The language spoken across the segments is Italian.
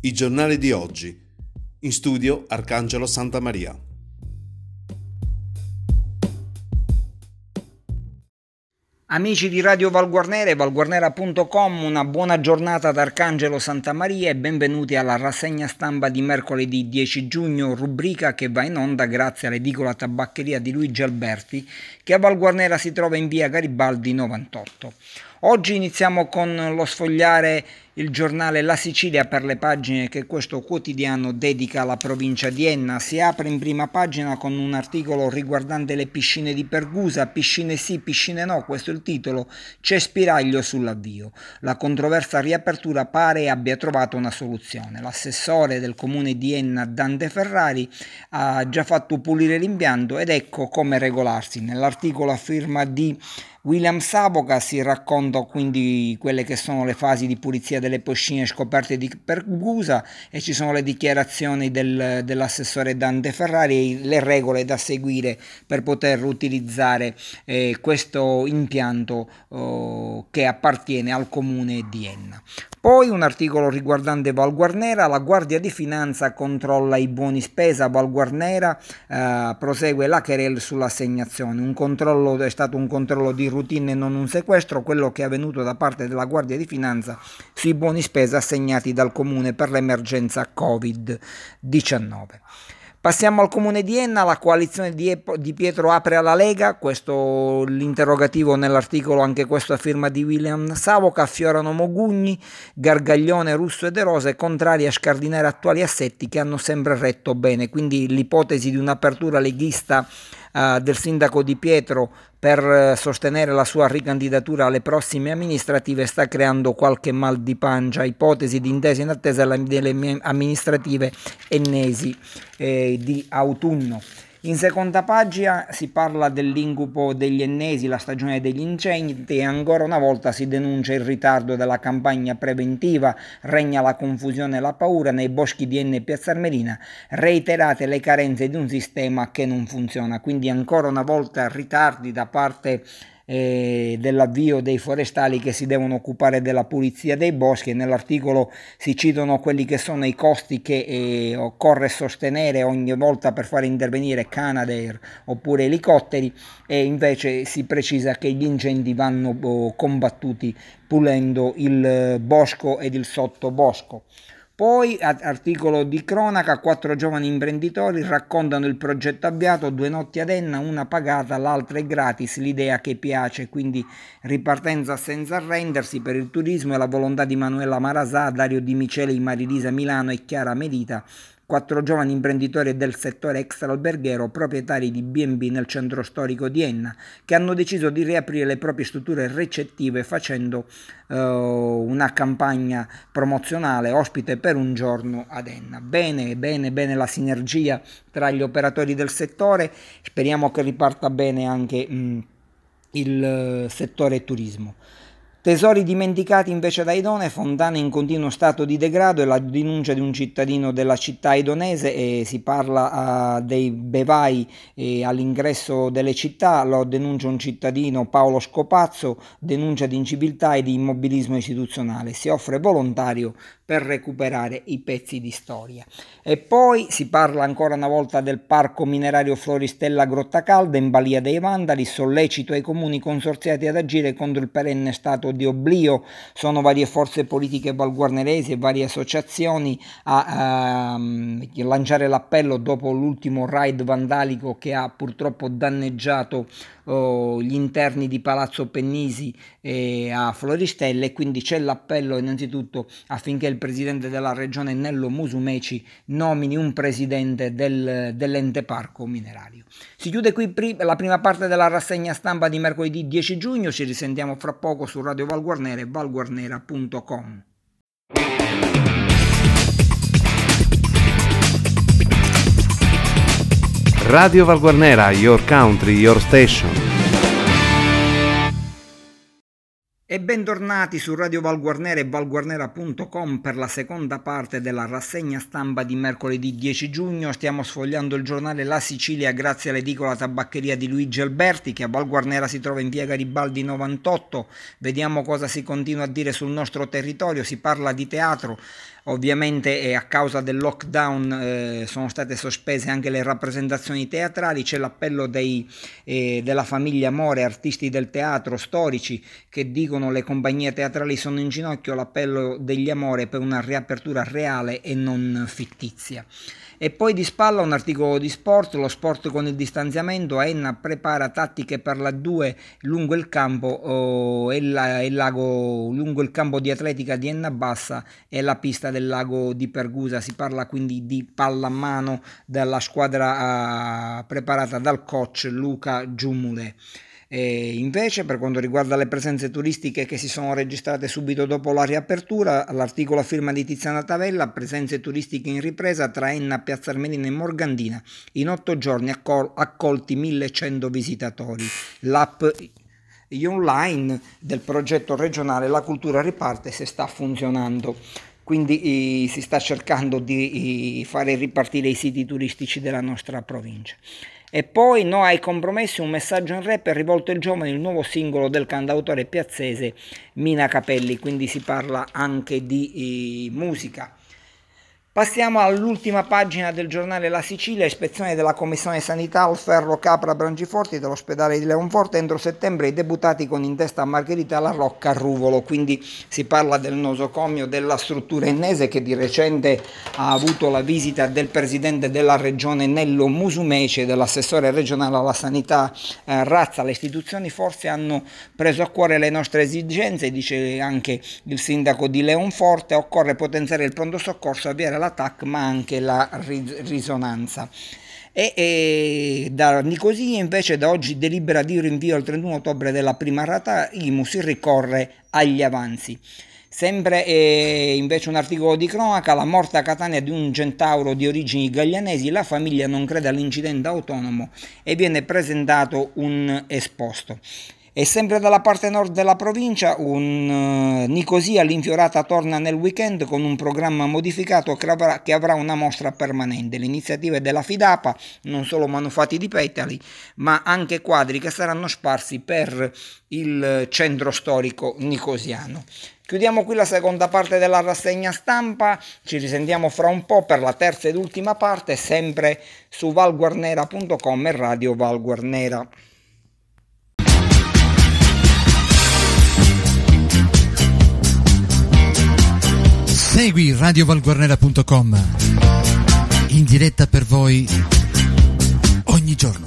I giornali di oggi. In studio Arcangelo Santamaria. Amici di Radio Valguarnera e valguarnera.com, una buona giornata da Arcangelo Santamaria e benvenuti alla rassegna stampa di mercoledì 10 giugno, rubrica che va in onda grazie all'edicola tabaccheria di Luigi Alberti che a Valguarnera si trova in via Garibaldi 98. Oggi iniziamo con lo sfogliare il giornale La Sicilia per le pagine che questo quotidiano dedica alla provincia di Enna. Si apre in prima pagina con un articolo riguardante le piscine di Pergusa, piscine sì, piscine no, questo è il titolo, c'è spiraglio sull'avvio. La controversa riapertura pare abbia trovato una soluzione. L'assessore del comune di Enna, Dante Ferrari, ha già fatto pulire l'impianto ed ecco come regolarsi. Nell'articolo a firma di William Savoca si racconta quindi quelle che sono le fasi di pulizia delle piscine scoperte di Pergusa e ci sono le dichiarazioni dell'assessore Dante Ferrari e le regole da seguire per poter utilizzare questo impianto che appartiene al comune di Enna. Poi un articolo riguardante Valguarnera, la Guardia di Finanza controlla i buoni spesa, Valguarnera prosegue la querela sull'assegnazione, è stato un controllo di routine e non un sequestro, quello che è avvenuto da parte della Guardia di Finanza sui buoni spesa assegnati dal comune per l'emergenza Covid-19. Passiamo al comune di Enna, la coalizione di Pietro apre alla Lega, questo l'interrogativo nell'articolo, anche questo a firma di William Savoca, affiorano Mogugni, Gargaglione, Russo e De Rose, contrari a scardinare attuali assetti che hanno sempre retto bene, quindi l'ipotesi di un'apertura leghista del sindaco Di Pietro per sostenere la sua ricandidatura alle prossime amministrative sta creando qualche mal di pancia, ipotesi di intesa in attesa delle amministrative ennesi di autunno. In seconda pagina si parla dell'incubo degli ennesi, la stagione degli incendi e ancora una volta si denuncia il ritardo della campagna preventiva, regna la confusione e la paura nei boschi di Enna e Piazza Armerina, reiterate le carenze di un sistema che non funziona, quindi ancora una volta ritardi da parte dell'avvio dei forestali che si devono occupare della pulizia dei boschi e nell'articolo si citano quelli che sono i costi che occorre sostenere ogni volta per fare intervenire Canadair oppure elicotteri e invece si precisa che gli incendi vanno combattuti pulendo il bosco ed il sottobosco. Poi, articolo di cronaca, 4 giovani imprenditori raccontano il progetto avviato, 2 notti ad Enna, una pagata, l'altra è gratis, l'idea che piace, quindi ripartenza senza arrendersi per il turismo e la volontà di Manuela Marasà, Dario Di Miceli, Marilisa Milano e Chiara Medita. 4 giovani imprenditori del settore extraalberghiero, proprietari di B&B nel centro storico di Enna, che hanno deciso di riaprire le proprie strutture ricettive facendo una campagna promozionale ospite per un giorno ad Enna. Bene la sinergia tra gli operatori del settore, speriamo che riparta bene anche il settore turismo. Tesori dimenticati invece da Idone, fontane in continuo stato di degrado e la denuncia di un cittadino della città idonese e si parla dei bevai all'ingresso delle città, lo denuncia un cittadino Paolo Scopazzo, denuncia di inciviltà e di immobilismo istituzionale, si offre volontario per recuperare i pezzi di storia. E poi si parla ancora una volta del parco minerario Floristella Grotta Calda in balia dei vandali, sollecito ai comuni consorziati ad agire contro il perenne stato di oblio, sono varie forze politiche valguarneresi e varie associazioni a lanciare l'appello dopo l'ultimo raid vandalico che ha purtroppo danneggiato gli interni di Palazzo Pennisi a Floristella e quindi c'è l'appello innanzitutto affinché il presidente della regione Nello Musumeci nomini un presidente dell'ente parco minerario. Si chiude qui la prima parte della rassegna stampa di mercoledì 10 giugno, ci risentiamo fra poco su Radio Valguarnera e valguarnera.com. Radio Valguarnera, your country, your station. E bentornati su Radio Valguarnera e valguarnera.com per la seconda parte della rassegna stampa di mercoledì 10 giugno. Stiamo sfogliando il giornale La Sicilia grazie all'edicola tabaccheria di Luigi Alberti che a Valguarnera si trova in via Garibaldi 98. Vediamo cosa si continua a dire sul nostro territorio. Si parla di teatro. Ovviamente a causa del lockdown sono state sospese anche le rappresentazioni teatrali. C'è l'appello della famiglia More, artisti del teatro storici, che dicono le compagnie teatrali sono in ginocchio, l'appello degli Amore per una riapertura reale e non fittizia. E poi di spalla un articolo di sport, lo sport con il distanziamento. Enna prepara tattiche per la 2 lungo il campo lungo il campo di atletica di Enna Bassa e la pista del lago di Pergusa. Si parla quindi di pallamano della squadra preparata dal coach Luca Giumule. E invece, per quanto riguarda le presenze turistiche che si sono registrate subito dopo la riapertura, l'articolo a firma di Tiziana Tavella: presenze turistiche in ripresa tra Enna, Piazza Armerina e Morgandina, in 8 giorni accolti 1100 visitatori. L'app online del progetto regionale La Cultura Riparte se sta funzionando. Quindi si sta cercando di fare ripartire i siti turistici della nostra provincia. E poi No ai compromessi, un messaggio in rap rivolto ai giovani, il nuovo singolo del cantautore piazzese Mina Capelli, quindi si parla anche di musica. Passiamo all'ultima pagina del giornale La Sicilia: ispezione della Commissione Sanità al Ferro Capra Brangiforti dell'ospedale di Leonforte. Entro settembre i deputati con in testa Margherita La Rocca a Ruvolo. Quindi si parla del nosocomio della struttura ennese, che di recente ha avuto la visita del presidente della regione Nello Musumeci e dell'assessore regionale alla sanità Razza. Le istituzioni forse hanno preso a cuore le nostre esigenze, dice anche il sindaco di Leonforte. Occorre potenziare il pronto soccorso, avviare la TAC ma anche la risonanza. E da Nicosia invece da oggi delibera di rinvio al 31 ottobre della prima rata IMU, si ricorre agli avanzi. Sempre invece un articolo di cronaca: la morte a Catania di un centauro di origini gaglianesi, la famiglia non crede all'incidente autonomo e viene presentato un esposto. E sempre dalla parte nord della provincia, Nicosia l'infiorata torna nel weekend con un programma modificato che avrà una mostra permanente. Le iniziative della Fidapa, non solo manufatti di petali, ma anche quadri che saranno sparsi per il centro storico nicosiano. Chiudiamo qui la seconda parte della rassegna stampa, ci risentiamo fra un po' per la terza ed ultima parte, sempre su valguarnera.com e Radio Val Guarnera. Segui radiovalguarnera.com in diretta per voi ogni giorno.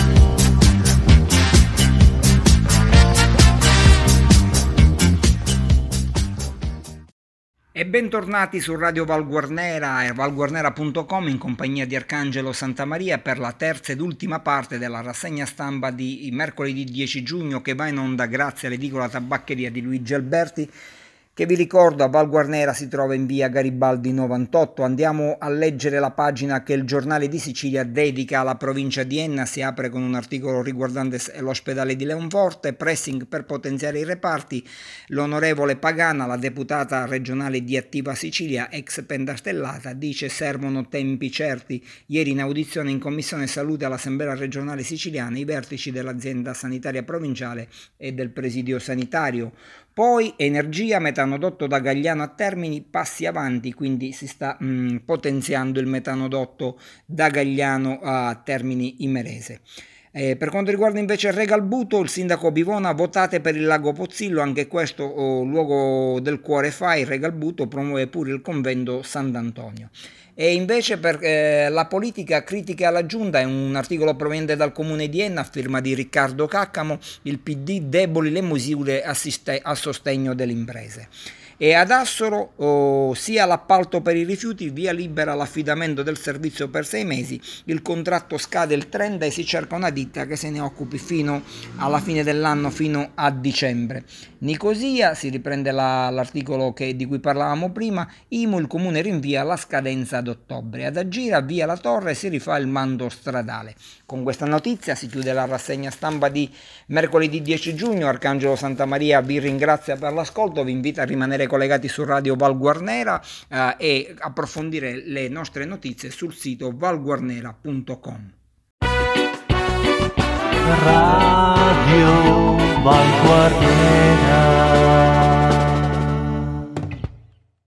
E bentornati su Radio Val Guarnera e valguarnera.com in compagnia di Arcangelo Santamaria per la terza ed ultima parte della rassegna stampa di mercoledì 10 giugno, che va in onda grazie all'edicola tabaccheria di Luigi Alberti, che vi ricordo a Val Guarnera si trova in via Garibaldi 98. Andiamo a leggere la pagina che il Giornale di Sicilia dedica alla provincia di Enna. Si apre con un articolo riguardante l'ospedale di Leonforte: pressing per potenziare i reparti. L'onorevole Pagana, la deputata regionale di Attiva Sicilia, ex pentastellata, dice servono tempi certi. Ieri in audizione in Commissione Salute all'Assemblea regionale siciliana i vertici dell'azienda sanitaria provinciale e del presidio sanitario. Poi energia, metanodotto da Gagliano a Termini, passi avanti, quindi si sta potenziando il metanodotto da Gagliano a Termini Imerese. Per quanto riguarda invece Regalbuto, il sindaco Bivona: votate per il lago Pozzillo, anche questo luogo del cuore FAI. Regalbuto promuove pure il convento Sant'Antonio. E invece per la politica, critica alla giunta, è un articolo proveniente dal comune di Enna a firma di Riccardo Caccamo: il PD deboli le misure a sostegno delle imprese. E ad Assoro sia l'appalto per i rifiuti, via libera l'affidamento del servizio per 6 mesi, il contratto scade il 30 e si cerca una ditta che se ne occupi fino alla fine dell'anno, fino a dicembre. Nicosia, si riprende l'articolo di cui parlavamo prima: IMU, il comune rinvia la scadenza ad ottobre. Ad Agira, via La Torre, si rifà il mando stradale. Con questa notizia si chiude la rassegna stampa di mercoledì 10 giugno. Arcangelo Santamaria vi ringrazia per l'ascolto, vi invita a rimanere collegati su Radio Val Guarnera e approfondire le nostre notizie sul sito valguarnera.com. Radio Val Guarnera.